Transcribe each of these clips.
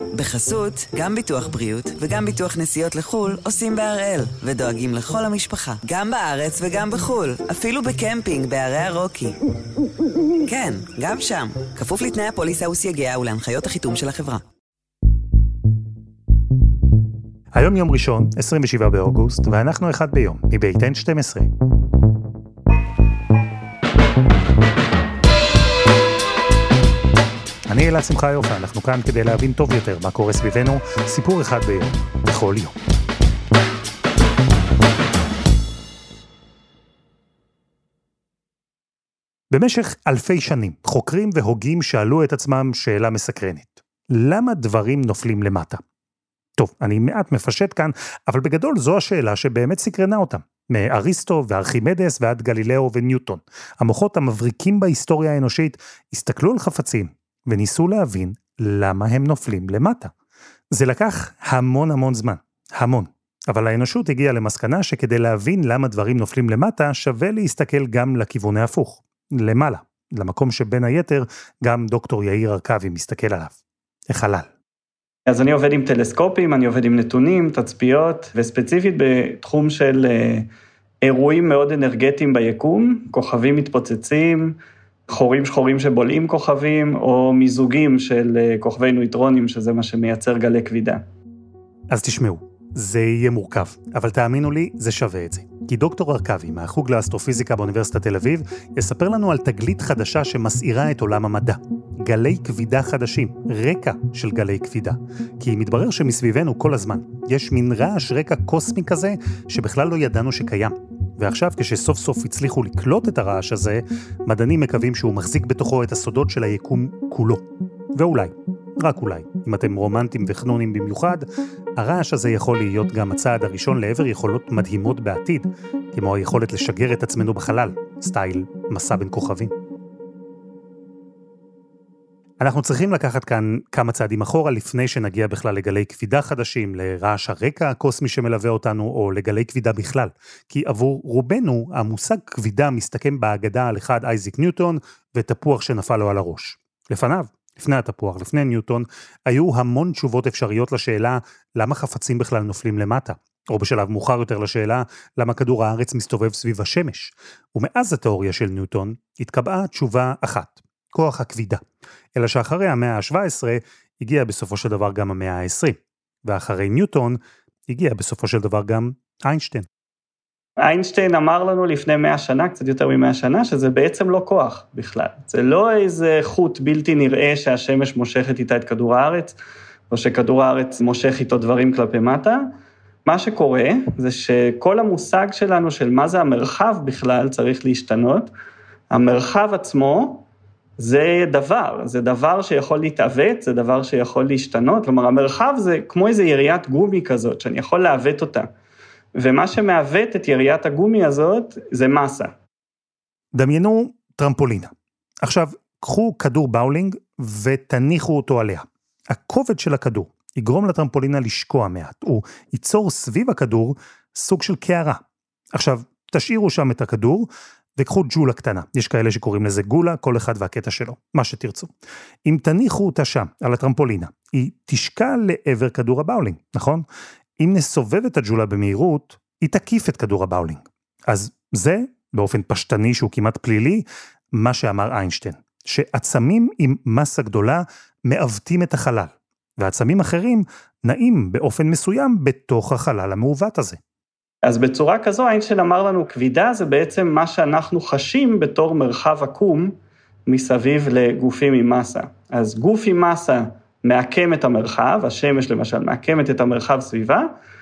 בחסות, גם ביטוח בריאות וגם ביטוח נסיעות לחול עושים בהראל, ודואגים לכל המשפחה, גם בארץ וגם בחול, אפילו בקמפינג בערי הרוקי. כן, גם שם, כפוף לתנאי הפוליסה וסייגיה ולהנחיות החיתום של החברה. היום יום ראשון, 27 באוגוסט, ואנחנו אחד ביום, מבית N12. אני אלעד שמחה יופי, אנחנו כאן כדי להבין טוב יותר מה קורה סביבנו, סיפור אחד ביום, בכל יום. במשך אלפי שנים, חוקרים והוגים שאלו את עצמם שאלה מסקרנת. למה דברים נופלים למטה? טוב, אני מעט מפשט כאן, אבל בגדול זו השאלה שבאמת סקרנה אותם. מאריסטו וארכימדס ועד גלילאו וניוטון. המוחות המבריקים בהיסטוריה האנושית הסתכלו על חפצים וניסו להבין למה הם נופלים למטה. זה לקח המון זמן, המון. אבל האנושות הגיעה למסקנה שכדי להבין למה דברים נופלים למטה, שווה להסתכל גם לכיוון ההפוך, למעלה, למקום שבין היתר גם דוקטור יאיר ארכבי מסתכל עליו, החלל. אז אני עובד עם טלסקופים, אני עובד עם נתונים, תצפיות, וספציפית בתחום של אירועים מאוד אנרגטיים ביקום, כוכבים מתפוצצים, חורים שחורים שבולעים כוכבים, או מיזוגים של כוכבי נויטרונים, שזה מה שמייצר גלי כבידה. אז תשמעו, זה יהיה מורכב, אבל תאמינו לי, זה שווה את זה. כי דוקטור ארכבי, מהחוג לאסטרופיזיקה באוניברסיטת תל אביב, יספר לנו על תגלית חדשה שמסעירה את עולם המדע. גלי כבידה חדשים, רקע של גלי כבידה. כי מתברר שמסביבנו כל הזמן, יש מין רעש רקע קוסמי כזה, שבכלל לא ידענו שקיים. ועכשיו, כשסוף סוף הצליחו לקלוט את הרעש הזה, מדענים מקווים שהוא מחזיק בתוכו את הסודות של היקום כולו. ואולי, רק אולי, אם אתם רומנטים וחנונים במיוחד, הרעש הזה יכול להיות גם הצעד הראשון לעבר יכולות מדהימות בעתיד, כמו היכולת לשגר את עצמנו בחלל, סטייל מסע בין כוכבים. אנחנו צריכים לקחת כאן כמה צעדים אחורה לפני שנגיע בכלל לגלי כבידה חדשים, לרעש הרקע הקוסמי שמלווה אותנו, או לגלי כבידה בכלל. כי עבור רובנו, המושג כבידה מסתכם בהגדה על אחד אייזיק ניוטון, ותפוח שנפל לו על הראש. לפניו, לפני התפוח, לפני ניוטון, היו המון תשובות אפשריות לשאלה למה חפצים בכלל נופלים למטה, או בשלב מאוחר יותר לשאלה למה כדור הארץ מסתובב סביב השמש. ומאז התיאוריה של ניוטון התקבעה תשובה אחת, כוח הכבידה. אלא שאחרי המאה ה-17 הגיע בסופו של דבר גם המאה ה-20, ואחרי ניוטון הגיע בסופו של דבר גם איינשטיין. איינשטיין אמר לנו לפני 100 שנה, קצת יותר מ100 שנה, שזה בעצם לא כוח בכלל. זה לא איזה חוט בלתי נראה שהשמש מושכת איתה את כדור הארץ, או שכדור הארץ מושך איתו דברים כלפי מטה. מה שקורה זה שכל המושג שלנו של מה זה המרחב בכלל צריך להשתנות. המרחב עצמו זה דבר שיכול להתעוות, זה דבר שיכול להשתנות. כלומר, המרחב זה כמו איזה יריית גומי כזאת, שאני יכול לעוות אותה. ומה שמעוות את יריית הגומי הזאת, זה מסה. דמיינו טרמפולינה. עכשיו, קחו כדור באולינג ותניחו אותו עליה. הכובד של הכדור יגרום לטרמפולינה לשקוע מעט. הוא ייצור סביב הכדור סוג של קערה. עכשיו, תשאירו שם את הכדור וקחו ג'ולה קטנה. יש כאלה שקוראים לזה גולה, כל אחד והקטע שלו, מה שתרצו. אם תניחו אותה שם, על הטרמפולינה, היא תשקע לעבר כדור הבאולינג, נכון? אם נסובב את הג'ולה במהירות, היא תקיף את כדור הבאולינג. אז זה, באופן פשטני שהוא כמעט פלילי, מה שאמר איינשטיין, שעצמים עם מסה גדולה מעוותים את החלל, ועצמים אחרים נעים באופן מסוים בתוך החלל המעוות הזה. אז בצורה כזו, איינשטיין אמר לנו, כבידה זה בעצם מה שאנחנו חשים בתור מרחב עקום מסביב לגופים עם מסה. אז גוף עם מסה מעקם את המרחב, השמש למשל מעקמת את המרחב סביבה,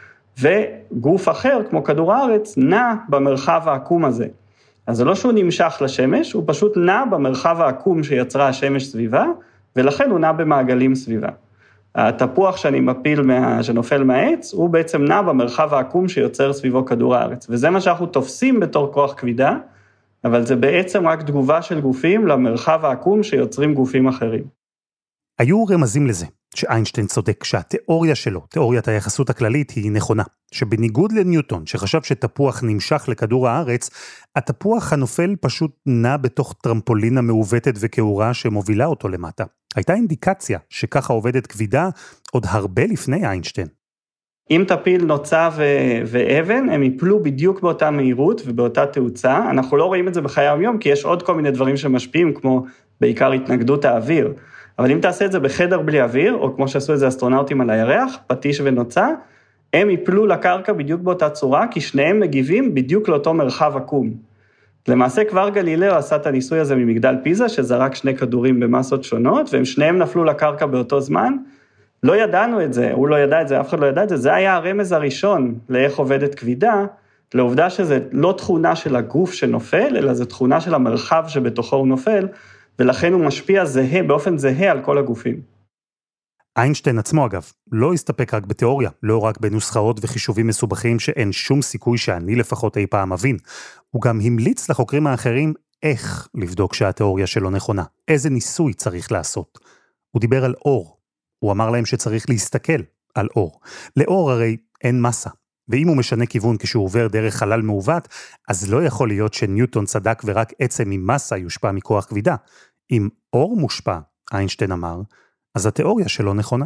וגוף אחר, כמו כדור הארץ, נע במרחב העקום הזה. אז זה לא שהוא נמשך לשמש, הוא פשוט נע במרחב העקום שיצרה השמש סביבה, ולכן הוא נע במעגלים סביבה. התפוח שאני מפיל, שנופל מהעץ, הוא בעצם נע במרחב העקום שיוצר סביבו כדור הארץ. וזה מה שאנחנו תופסים בתור כוח כבידה, אבל זה בעצם רק תגובה של גופים למרחב העקום שיוצרים גופים אחרים. היו רמזים לזה, שאיינשטיין צודק, שהתיאוריה שלו, תיאוריית היחסות הכללית, היא נכונה. שבניגוד לניוטון, שחשב שתפוח נמשך לכדור הארץ, התפוח הנופל פשוט נע בתוך טרמפולינה מעוותת וכאורה שמובילה אותו למטה. הייתה אינדיקציה שככה עובדת כבידה עוד הרבה לפני איינשטיין. אם תפיל נוצה ואבן, הם ייפלו בדיוק באותה מהירות ובאותה תאוצה. אנחנו לא רואים את זה בחיי היום, כי יש עוד כל מיני דברים שמשפיעים, כמו בעיקר התנגדות האוויר. אבל אם תעשה את זה בחדר בלי אוויר, או כמו שעשו את זה אסטרונאוטים על הירח, פטיש ונוצה, הם ייפלו לקרקע בדיוק באותה צורה, כי שניהם מגיבים בדיוק לאותו מרחב עקום. למעשה כבר גלילאו עשה את הניסוי הזה ממגדל פיזה, שזרק 2 כדורים במסות שונות, והם שניהם נפלו לקרקע באותו זמן. לא ידענו את זה, הוא לא ידע את זה, אף אחד לא ידע את זה, זה היה הרמז הראשון לאיך עובדת כבידה, לעובדה שזה לא תכונה של הגוף שנופל, אלא זה תכונה של המרחב שבתוכו הוא נופל, ולכן הוא משפיע באופן זהה על כל הגופים. איינשטיין עצמו אגב, לא הסתפק רק בתיאוריה, לא רק בנוסחאות וחישובים מסובכים שאין שום סיכוי שאני לפחות אי פעם אבין. הוא גם המליץ לחוקרים האחרים איך לבדוק שהתיאוריה שלו נכונה, איזה ניסוי צריך לעשות. הוא דיבר על אור. הוא אמר להם שצריך להסתכל על אור. לאור הרי אין מסה, ואם הוא משנה כיוון כשהוא עובר דרך חלל מעוות, אז לא יכול להיות שניוטון צדק ורק עצם עם מסה יושפע מכוח כבידה. אם אור מושפע, איינשטיין אמר, אז התיאוריה שלו נכונה.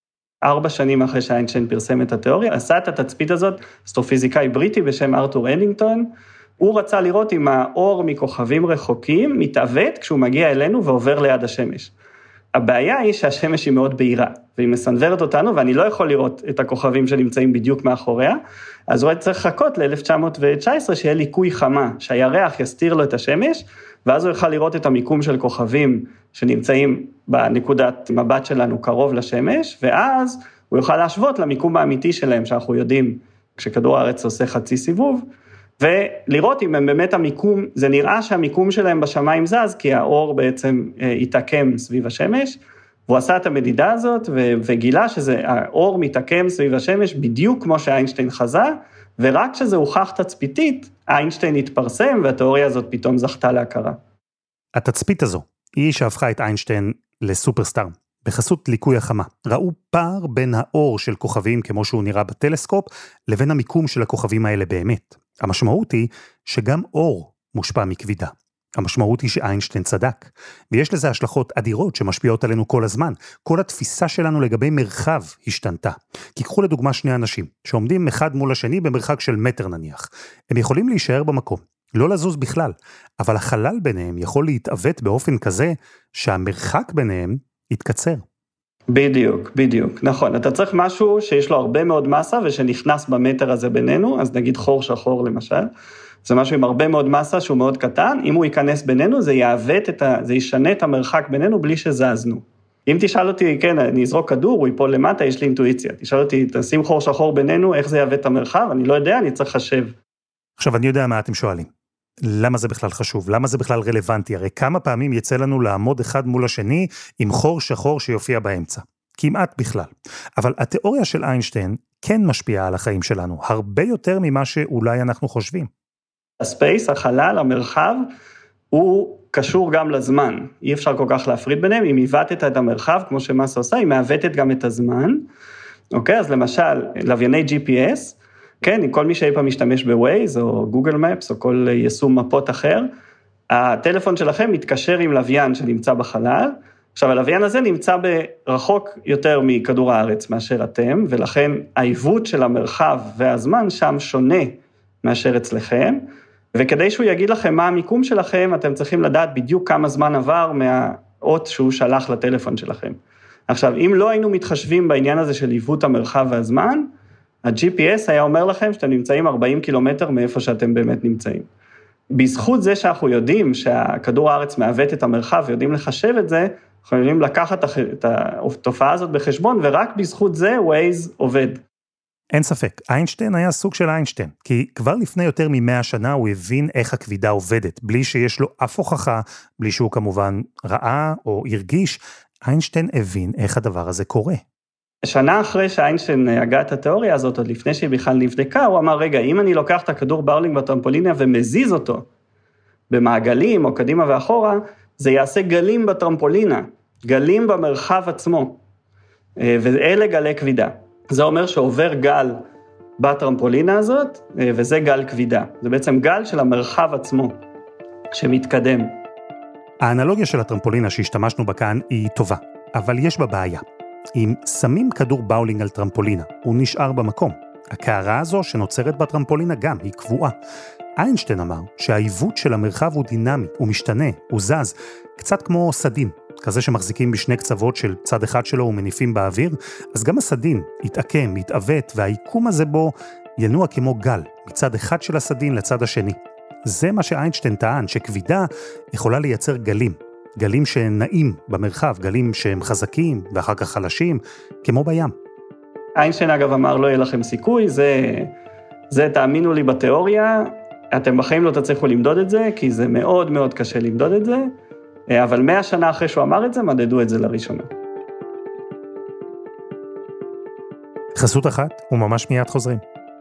4 שנים אחרי שאיינשטיין פרסם את התיאוריה, עשה את התצפית הזאת, אסטרופיזיקאי בריטי בשם ארתור אדינגטון, הוא רצה לראות אם האור מכוכבים רחוקים מתעוות כשהוא מגיע אלינו ועובר ליד השמש. הבעיה היא שהשמש היא מאוד בהירה, והיא מסנוורת אותנו, ואני לא יכול לראות את הכוכבים שנמצאים בדיוק מאחוריה, אז הוא צריך לחכות ל-1919 שיהיה ליקוי חמה, שהירח יסתיר לו את השמש, ואז הוא יוכל לראות את המיקום של כוכבים שנמצאים בנקודת מבט שלנו קרוב לשמש, ואז הוא יוכל להשוות למיקום האמיתי שלהם, שאנחנו יודעים כשכדור הארץ עושה חצי סיבוב, ולראות אם הם באמת המיקום, זה נראה שהמיקום שלהם בשמיים זז, כי האור בעצם יתעקם סביב השמש, והוא עשה את המדידה הזאת, וגילה שהאור מתעקם סביב השמש, בדיוק כמו שאיינשטיין חזה, ורק כשזה הוכח תצפיתית, איינשטיין התפרסם, והתיאוריה הזאת פתאום זכתה להכרה. התצפית הזו, היא שהפכה את איינשטיין לסופרסטאר. בחסות ליקוי החמה, ראו פער בין האור של כוכבים כמו שהוא נראה בטלסקופ, לבין המיקום של הכוכבים האלה באמת. המשמעות היא שגם אור מושפע מכבידה. המשמעות היא שאיינשטיין צדק, ויש לזה השלכות אדירות שמשפיעות עלינו כל הזמן. כל התפיסה שלנו לגבי מרחב השתנתה. כי קחו לדוגמה 2 אנשים, שעומדים אחד מול השני במרחק של מטר נניח. הם יכולים להישאר במקום, לא לזוז בכלל, אבל החלל ביניהם יכול להתעוות באופן כזה שהמרחק ביניהם יתקצר. בדיוק, נכון. אתה צריך משהו שיש לו הרבה מאוד מסה ושנכנס במטר הזה בינינו, אז נגיד חור שחור למשל, זה משהו עם הרבה מאוד מסה שהוא מאוד קטן, אם הוא ייכנס בינינו זה זה ישנה את המרחק בינינו בלי שזזנו. אם תשאל אותי, כן, אני אזרוק כדור, הוא ייפול למטה, יש לי אינטואיציה. תשאל אותי, תשים חור שחור בינינו, איך זה יעוות את המרחב? אני לא יודע, אני צריך לחשב. עכשיו, אני יודע מה אתם שואלים. למה זה בכלל חשוב? למה זה בכלל רלוונטי? הרי כמה פעמים יצא לנו לעמוד אחד מול השני עם חור שחור שיופיע באמצע? כמעט בכלל. אבל התיאוריה של איינשטיין כן משפיעה על החיים שלנו, הרבה יותר ממה שאולי אנחנו חושבים. הספייס, החלל, המרחב, הוא קשור גם לזמן. אי אפשר כל כך להפריד ביניהם. אם עיוותת את המרחב, כמו שמאסה עושה, היא מעוותת גם את הזמן. אוקיי, אז למשל, לווייני GPS, כן, עם כל מי שאי פעם משתמש בווייז, או גוגל מפס, או כל יישום מפות אחר, הטלפון שלכם מתקשר עם לוויין שנמצא בחלל, עכשיו, הלוויין הזה נמצא ברחוק יותר מכדור הארץ מאשר אתם, ולכן העיוות של המרחב והזמן שם שונה מאשר אצלכם, וכדי שהוא יגיד לכם מה המיקום שלכם, אתם צריכים לדעת בדיוק כמה זמן עבר מהאות שהוא שלח לטלפון שלכם. עכשיו, אם לא היינו מתחשבים בעניין הזה של עיוות המרחב והזמן, ה-GPS היה אומר לכם שאתם נמצאים 40 קילומטר מאיפה שאתם באמת נמצאים. בזכות זה שאנחנו יודעים שהכדור הארץ מעוות את המרחב ויודעים לחשב את זה, אנחנו יודעים לקחת את התופעה הזאת בחשבון, ורק בזכות זה ווייז עובד. אין ספק, איינשטיין היה סוג של איינשטיין, כי כבר לפני יותר מ100 שנה הוא הבין איך הכבידה עובדת, בלי שיש לו אף הוכחה, בלי שהוא כמובן ראה או הרגיש, איינשטיין הבין איך הדבר הזה קורה. שנה אחרי שאיינשטיין הגה את התיאוריה הזאת, עוד לפני שהיא בכלל נבדקה, הוא אמר, רגע, אם אני לוקח את הכדור באולינג בטרמפולינה ומזיז אותו במעגלים או קדימה ואחורה, זה יעשה גלים בטרמפולינה, גלים במרחב עצמו, ואלה גלי כבידה. זה אומר שעובר גל בטרמפולינה הזאת, וזה גל כבידה. זה בעצם גל של המרחב עצמו, שמתקדם. האנלוגיה של הטרמפולינה שהשתמשנו בה כאן היא טובה. אבל יש בה בעיה. אם שמים כדור באולינג על טרמפולינה, הוא נשאר במקום. הקערה הזו שנוצרת בטרמפולינה גם, היא קבועה. איינשטיין אמר שהעיוות של המרחב הוא דינמי, הוא משתנה, הוא זז, קצת כמו סדין, כזה שמחזיקים בשני קצוות של צד אחד שלו ומניפים באוויר, אז גם הסדין יתעקם, יתעוות, והעיקום הזה בו ינוע כמו גל, מצד אחד של הסדין לצד השני. זה מה שאיינשטיין טען, שכבידה יכולה לייצר גלים, גלים שנעים במרחב, גלים שהם חזקים ואחר כך חלשים, כמו בים. איינשטיין אגב אמר, לא יהיה לכם סיכוי, זה תאמינו לי בתיאוריה, אתם בחיים לא תצליחו למדוד את זה, כי זה מאוד מאוד קשה למדוד את זה, אבל 100 שנה אחרי שהוא אמר את זה, מדדו את זה לראשונה. חסות אחת, וממש מיד חוזרים.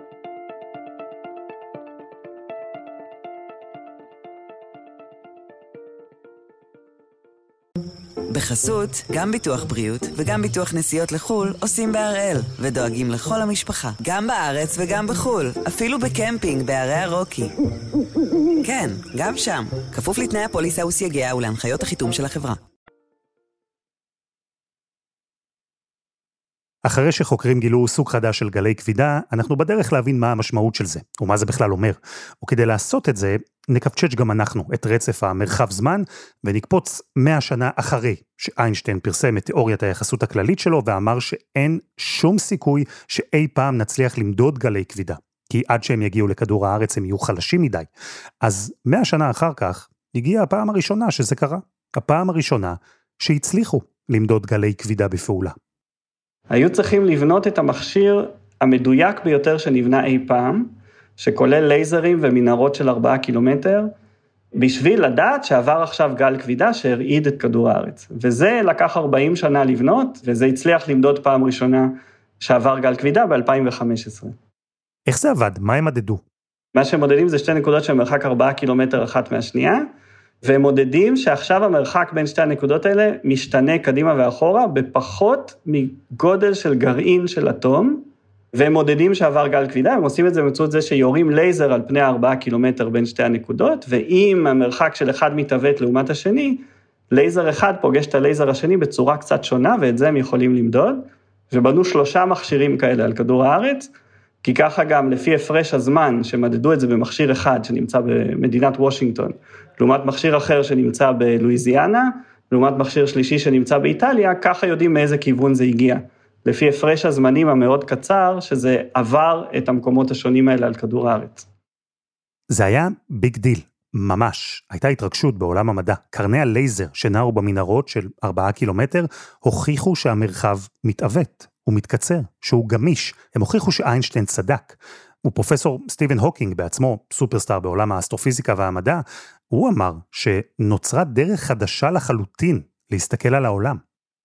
בחסות, גם ביטוח בריאות וגם ביטוח נסיעות לחול עושים בהראל, ודואגים לכל המשפחה, גם בארץ וגם בחול, אפילו בקמפינג בערי הרוקי. כן, גם שם, כפוף לתנאי הפוליסה וסייגיה ולהנחיות החיתום של החברה. אחרי שחוקרים גילו סוג חדש של גלי כבידה, אנחנו בדרך להבין מה המשמעות של זה, ומה זה בכלל אומר. וכדי לעשות את זה, נקפצ'ץ' גם אנחנו את רצף המרחב זמן, ונקפוץ 100 שנה אחרי שאיינשטיין פרסם את תיאוריית היחסות הכללית שלו, ואמר שאין שום סיכוי שאי פעם נצליח למדוד גלי כבידה, כי עד שהם יגיעו לכדור הארץ הם יהיו חלשים מדי. אז 100 שנה אחר כך, הגיעה הפעם הראשונה שזה קרה, הפעם הראשונה שהצליחו למדוד גלי כבידה בפעולה. היו צריכים לבנות את המכשיר המדויק ביותר שנבנה אי פעם, שכולל לייזרים ומנהרות של 4 קילומטר, בשביל לדעת שעבר עכשיו גל כבידה שהרעיד את כדור הארץ. וזה לקח 40 שנה לבנות, וזה הצליח למדוד פעם ראשונה שעבר גל כבידה ב-2015. איך זה עבד? מה הם מדדו? מה שהם מודדים זה 2 נקודות של מרחק 4 קילומטר אחת מהשנייה, והם מודדים שעכשיו המרחק בין שתי הנקודות האלה משתנה קדימה ואחורה, בפחות מגודל של גרעין של אטום, והם מודדים שעבר גל כבידה, הם עושים את זה באמצעות זה שיורים לייזר על פני 4 קילומטר בין שתי הנקודות, ואם המרחק של אחד מתעוות לעומת השני, לייזר אחד פוגש את הלייזר השני בצורה קצת שונה, ואת זה הם יכולים למדוד, ובנו 3 מכשירים כאלה על כדור הארץ, כי ככה גם לפי הפרש הזמן שמדדו את זה במכשיר אחד שנמצא במדינת וושינגטון, לעומת מכשיר אחר שנמצא בלואיזיאנה, לעומת מכשיר שלישי שנמצא באיטליה, ככה יודעים מאיזה כיוון זה הגיע. לפי הפרש הזמנים המאוד קצר, שזה עבר את המקומות השונים האלה על כדור הארץ. זה היה ביג דיל, ממש. הייתה התרגשות בעולם המדע. קרני הלייזר שנעו במנהרות של 4 קילומטר, הוכיחו שהמרחב מתעוות, הוא מתקצר, שהוא גמיש. הם הוכיחו שאיינשטיין צדק. ופרופסור סטיבן הוקינג בעצמו, סופרסטאר בעולם האסטרופיזיקה והמדע, הוא אמר שנוצרה דרך חדשה לחלוטין להסתכל על העולם.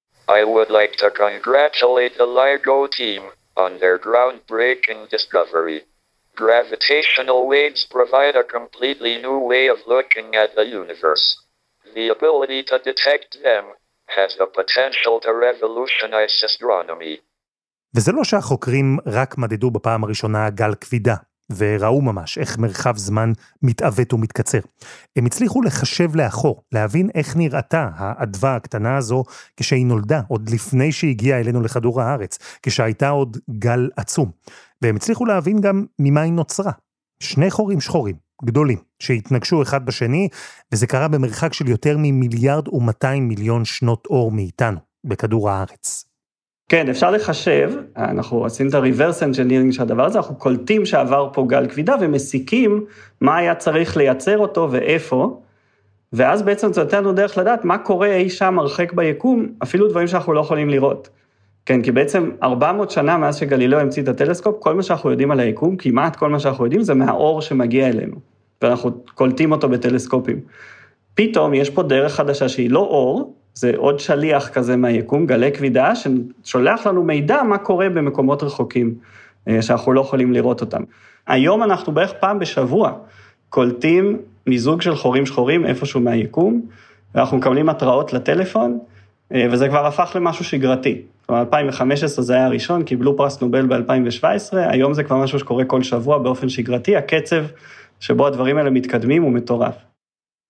I would like to congratulate the LIGO team on their groundbreaking discovery. Gravitational waves provide a completely new way of looking at the universe. The ability to detect them has the potential to revolutionize astronomy. וזה לא שהחוקרים רק מדדו בפעם הראשונה גל כבידה, וראו ממש איך מרחב זמן מתעוות ומתקצר. הם הצליחו לחשב לאחור, להבין איך נראתה האדווה הקטנה הזו כשהיא נולדה, עוד לפני שהגיעה אלינו לכדור הארץ, כשהייתה עוד גל עצום. והם הצליחו להבין גם ממה היא נוצרה. 2 חורים שחורים, גדולים, שהתנגשו אחד בשני, וזה קרה במרחק של יותר מ1,200,000,000 שנות אור מאיתנו, בכדור הארץ. כן, אפשר לחשב, אנחנו עושים את ה-reverse engineering של הדבר הזה, אנחנו קולטים שעבר פה גל כבידה ומסיקים מה היה צריך לייצר אותו ואיפה, ואז בעצם זה נותן לנו דרך לדעת מה קורה אי שם הרחק ביקום, אפילו דברים שאנחנו לא יכולים לראות. כן, כי בעצם 400 שנה מאז שגלילאו המציא את הטלסקופ, כל מה שאנחנו יודעים על היקום, כמעט כל מה שאנחנו יודעים זה מהאור שמגיע אלינו, ואנחנו קולטים אותו בטלסקופים. פתאום יש פה דרך חדשה שהיא לא אור, זה עוד שליח כזה מהיקום, גלי כבידה, ששולח לנו מידע מה קורה במקומות רחוקים, שאנחנו לא יכולים לראות אותם. היום אנחנו בערך פעם בשבוע, קולטים מיזוג של חורים שחורים איפשהו מהיקום, ואנחנו מקבלים התראות לטלפון, וזה כבר הפך למשהו שגרתי. כלומר, 2015 זה היה הראשון, קיבלו פרס נובל ב-2017, היום זה כבר משהו שקורה כל שבוע באופן שגרתי, הקצב שבו הדברים האלה מתקדמים הוא מטורף.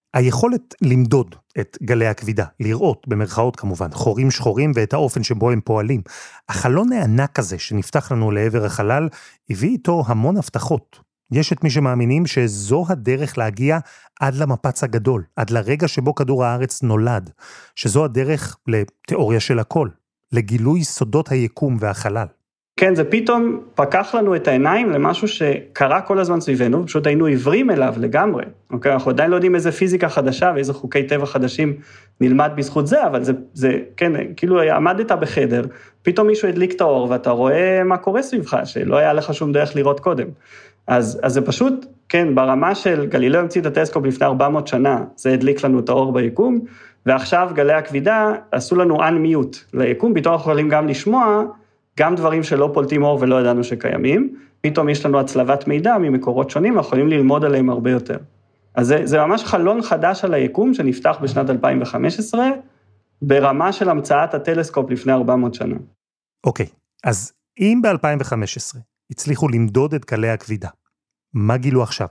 היכולת למדוד את גלי הכבידה, לראות במרכאות כמובן, חורים שחורים ואת האופן שבו הם פועלים. החלון הענק הזה שנפתח לנו לעבר החלל, הביא איתו המון הבטחות. יש את מי שמאמינים שזו הדרך להגיע עד למפץ הגדול, עד לרגע שבו כדור הארץ נולד, שזו הדרך לתיאוריה של הכל, לגילוי סודות היקום והחלל. כן, זה פתאום פקח לנו את העיניים למשהו שקרה כל הזמן סביבנו, פשוט היינו עיוורים אליו לגמרי. אוקיי, אנחנו עדיין לא יודעים איזה פיזיקה חדשה ואיזה חוקי טבע חדשים נלמד בזכות זה, אבל זה כן, כאילו עמדת בחדר, פתאום מישהו הדליק את האור ואתה רואה מה קורה סביבך, שלא היה לך שום דרך לראות קודם. אז זה פשוט, כן, ברמה של גלילאו המציא את הטלסקופ לפני 400 שנה, זה הדליק לנו את האור ביקום, ועכשיו גלי הכבידה עשו לנו unmute ליקום, פתאום אנחנו יכולים גם לשמוע גם דברים שלא פולטים אור ולא ידענו שקיימים, פתאום יש לנו הצלבת מידע ממקורות שונים, אנחנו יכולים ללמוד עליהם הרבה יותר. אז זה ממש חלון חדש על היקום שנפתח בשנת 2015, ברמה של המצאת הטלסקופ לפני 400 שנה. אוקיי, אז אם ב-2015 הצליחו למדוד את גלי הכבידה, מה גילו עכשיו?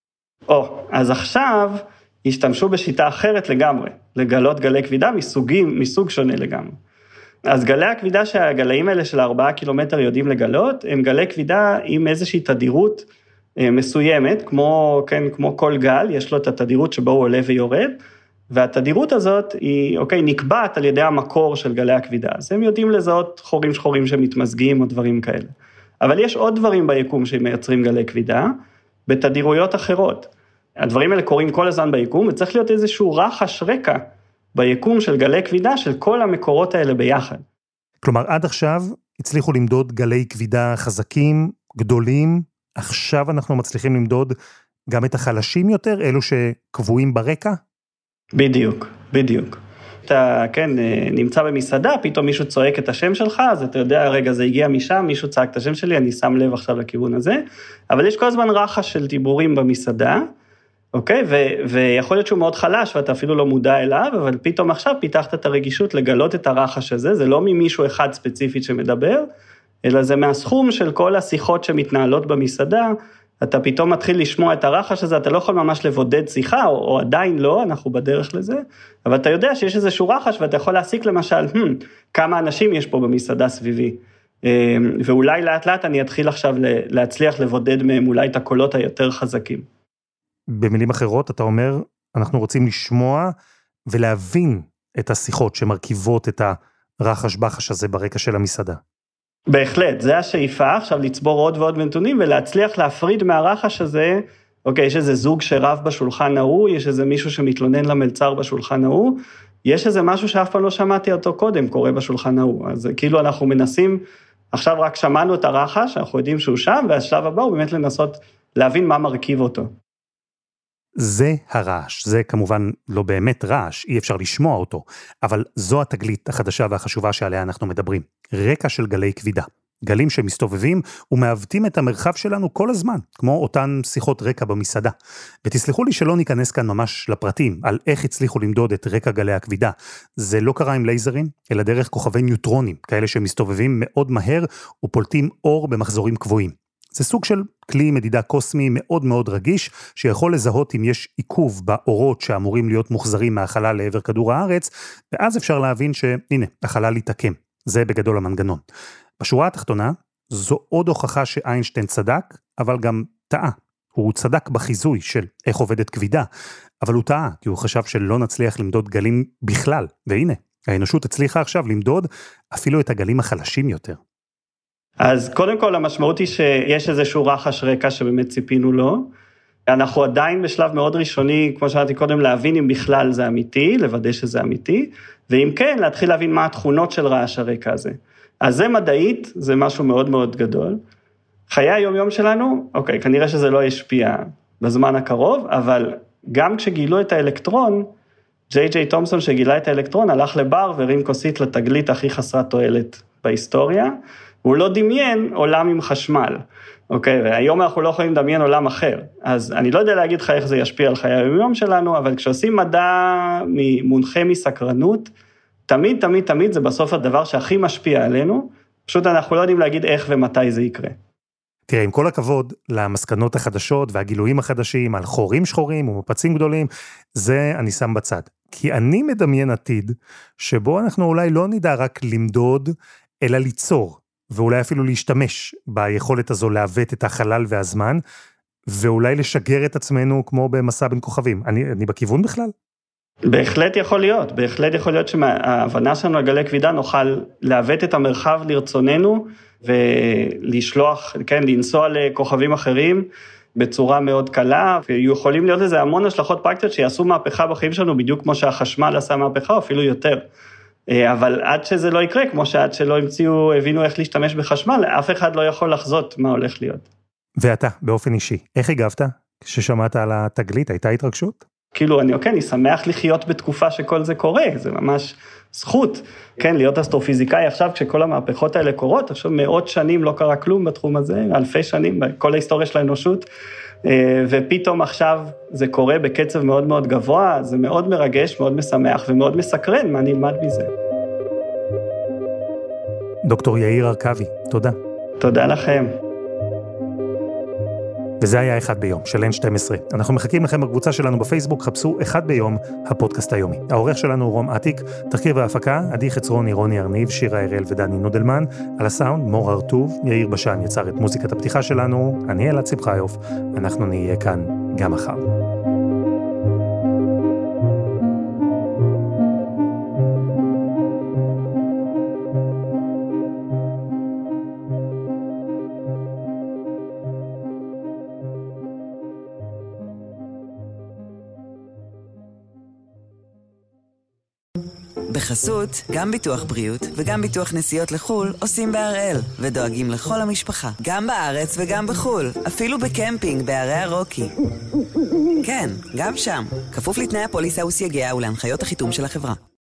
אז עכשיו השתמשו בשיטה אחרת לגמרי, לגלות גלי כבידה מסוג שונה לגמרי. אז גלי הכבידה שהגלאים האלה של 4 קילומטר יודעים לגלות, הם גלי כבידה עם איזושהי תדירות מסוימת, כמו כל גל, יש לו את התדירות שבו הוא עולה ויורד, והתדירות הזאת היא, נקבעת על ידי המקור של גלי הכבידה, אז הם יודעים לזהות חורים שחורים שמתמזגים או דברים כאלה. אבל יש עוד דברים ביקום שמייצרים גלי כבידה, בתדירויות אחרות. הדברים האלה קורים כל הזמן ביקום, וצריך להיות איזשהו רחש רקע, ביקום של גלי כבידה של כל המקורות האלה ביחד. כלומר, עד עכשיו הצליחו למדוד גלי כבידה חזקים, גדולים, עכשיו אנחנו מצליחים למדוד גם את החלשים יותר, אלו שקבועים ברקע? בדיוק. אתה, נמצא במסעדה, פתאום מישהו צועק את השם שלך, אז אתה יודע, רגע, זה הגיע משם, מישהו צעק את השם שלי, אני שם לב עכשיו לכיוון הזה, אבל יש כל הזמן רחש של דיבורים במסעדה, אוקיי? ויכול להיות שהוא מאוד חלש, ואתה אפילו לא מודע אליו, אבל פתאום עכשיו פיתחת את הרגישות לגלות את הרחש הזה, זה לא ממישהו אחד ספציפית שמדבר, אלא זה מהסכום של כל השיחות שמתנהלות במסעדה, אתה פתאום מתחיל לשמוע את הרחש הזה, אתה לא יכול ממש לבודד שיחה, או עדיין לא, אנחנו בדרך לזה, אבל אתה יודע שיש איזשהו רחש, ואתה יכול להסיק למשל, כמה אנשים יש פה במסעדה סביבי, ואולי לאט לאט אני אתחיל עכשיו להצליח לבודד מהם אולי את הקולות היותר חזקים. במילים אחרות, אתה אומר, אנחנו רוצים לשמוע ולהבין את השיחות שמרכיבות את הרחש בחש הזה ברקע של המסעדה. בהחלט, זה השאיפה, עכשיו לצבור עוד ועוד נתונים, ולהצליח להפריד מהרחש הזה, יש איזה זוג שרב בשולחן ההוא, יש איזה מישהו שמתלונן למלצר בשולחן ההוא, יש איזה משהו שאף פעם לא שמעתי אותו קודם, קורה בשולחן ההוא, אז כאילו אנחנו מנסים, עכשיו רק שמענו את הרחש, אנחנו יודעים שהוא שם, והשלב הבא הוא באמת לנסות להבין מה מרכיב אותו. זה הרעש, זה כמובן לא באמת רעש, אי אפשר לשמוע אותו, אבל זו התגלית החדשה והחשובה שעליה אנחנו מדברים, רקע של גלי כבידה, גלים שמסתובבים ומעוותים את המרחב שלנו כל הזמן, כמו אותן שיחות רקע במסעדה. ותסלחו לי שלא ניכנס כאן ממש לפרטים, על איך הצליחו למדוד את רקע גלי הכבידה. זה לא קרה עם לייזרים, אלא דרך כוכבי ניוטרונים, כאלה שמסתובבים מאוד מהר ופולטים אור במחזורים קבועים. זה סוג של כלי מדידה קוסמי מאוד מאוד רגיש, שיכול לזהות אם יש עיכוב באורות שאמורים להיות מוחזרים מהחלל לעבר כדור הארץ, ואז אפשר להבין שהנה, החלל יתעקם. זה בגדול המנגנון. בשורה התחתונה, זו עוד הוכחה שאיינשטיין צדק, אבל גם טעה. הוא צדק בחיזוי של איך עובדת כבידה, אבל הוא טעה, כי הוא חשב שלא נצליח למדוד גלים בכלל, והנה, האנושות הצליחה עכשיו למדוד אפילו את הגלים החלשים יותר. אז קודם כל המשמעות היא שיש איזשהו רחש רקע שבאמת ציפינו לו, אנחנו עדיין בשלב מאוד ראשוני, כמו שאמרתי קודם, להבין אם בכלל זה אמיתי, לוודא שזה אמיתי, ואם כן, להתחיל להבין מה התכונות של רעש הרקע הזה. אז זה מדעית, זה משהו מאוד מאוד גדול. חיי היום-יום שלנו, כנראה שזה לא ישפיע בזמן הקרוב, אבל גם כשגילו את האלקטרון, ג'יי תומפסון שגילה את האלקטרון, הלך לבר ורים כוסית לתגלית הכי חסרת תועלת בהיסטוריה, הוא לא דמיין עולם עם חשמל, והיום אנחנו לא יכולים לדמיין עולם אחר, אז אני לא יודע להגיד לך איך זה ישפיע על חיי היום שלנו, אבל כשעושים מדע מונחה מסקרנות, תמיד זה בסוף הדבר שהכי משפיע עלינו, פשוט אנחנו לא יודעים להגיד איך ומתי זה יקרה. תראה, עם כל הכבוד למסקנות החדשות והגילויים החדשים על חורים שחורים ומפצים גדולים, זה אני שם בצד. כי אני מדמיין עתיד שבו אנחנו אולי לא נדע רק למדוד, אלא ליצור, ואולי אפילו להשתמש ביכולת הזו לעוות את החלל והזמן, ואולי לשגר את עצמנו כמו במסע בין כוכבים. אני בכיוון בכלל? בהחלט יכול להיות שמההבנה שלנו על גלי כבידה נוכל לעוות את המרחב לרצוננו, ולשלוח, כן, לנסוע לכוכבים אחרים בצורה מאוד קלה, ויכולים להיות לזה המון השלכות פרקטיות שיעשו מהפכה בחיים שלנו, בדיוק כמו שהחשמל עשה מהפכה, או אפילו יותר. אבל עד שזה לא יקרה, כמו שעד שלא הבינו איך להשתמש בחשמל, אף אחד לא יכול לחזות מה הולך להיות. ואתה, באופן אישי, איך הגבת כששמעת על התגלית? הייתה התרגשות? כאילו, אני שמח לחיות בתקופה שכל זה קורה, זה ממש זכות, כן, להיות אסטרופיזיקאי עכשיו, כשכל המהפכות האלה קורות, עכשיו מאות שנים לא קרה כלום בתחום הזה, אלפי שנים, כל ההיסטוריה של האנושות, ופתאום עכשיו זה קורה בקצב מאוד מאוד גבוה, זה מאוד מרגש, מאוד משמח ומאוד מסקרן, מה נלמד מזה. דוקטור יאיר ארכבי, תודה. תודה לכם. וזה היה אחד ביום, של N12. אנחנו מחכים לכם בקבוצה שלנו בפייסבוק, חפשו אחד ביום, הפודקאסט היומי. העורך שלנו הוא רום עתיק, תחקיר והפקה, עדי חצרוני, רוני ארניב, שירה הראל ודני נודלמן, על הסאונד, מור הרטוב, יאיר בשן יצר את מוזיקת הפתיחה שלנו, אני אלעד שמחיוף, אנחנו נהיה כאן גם מחר. בחסות, גם ביטוח בריאות וגם ביטוח נסיעות לחול עושים בהראל ודואגים לכל המשפחה, גם בארץ וגם בחול, אפילו בקמפינג בערי הרוקי. כן, גם שם, כפוף לתנאי הפוליסה וסייגיה ולהנחיות החיתום של החברה.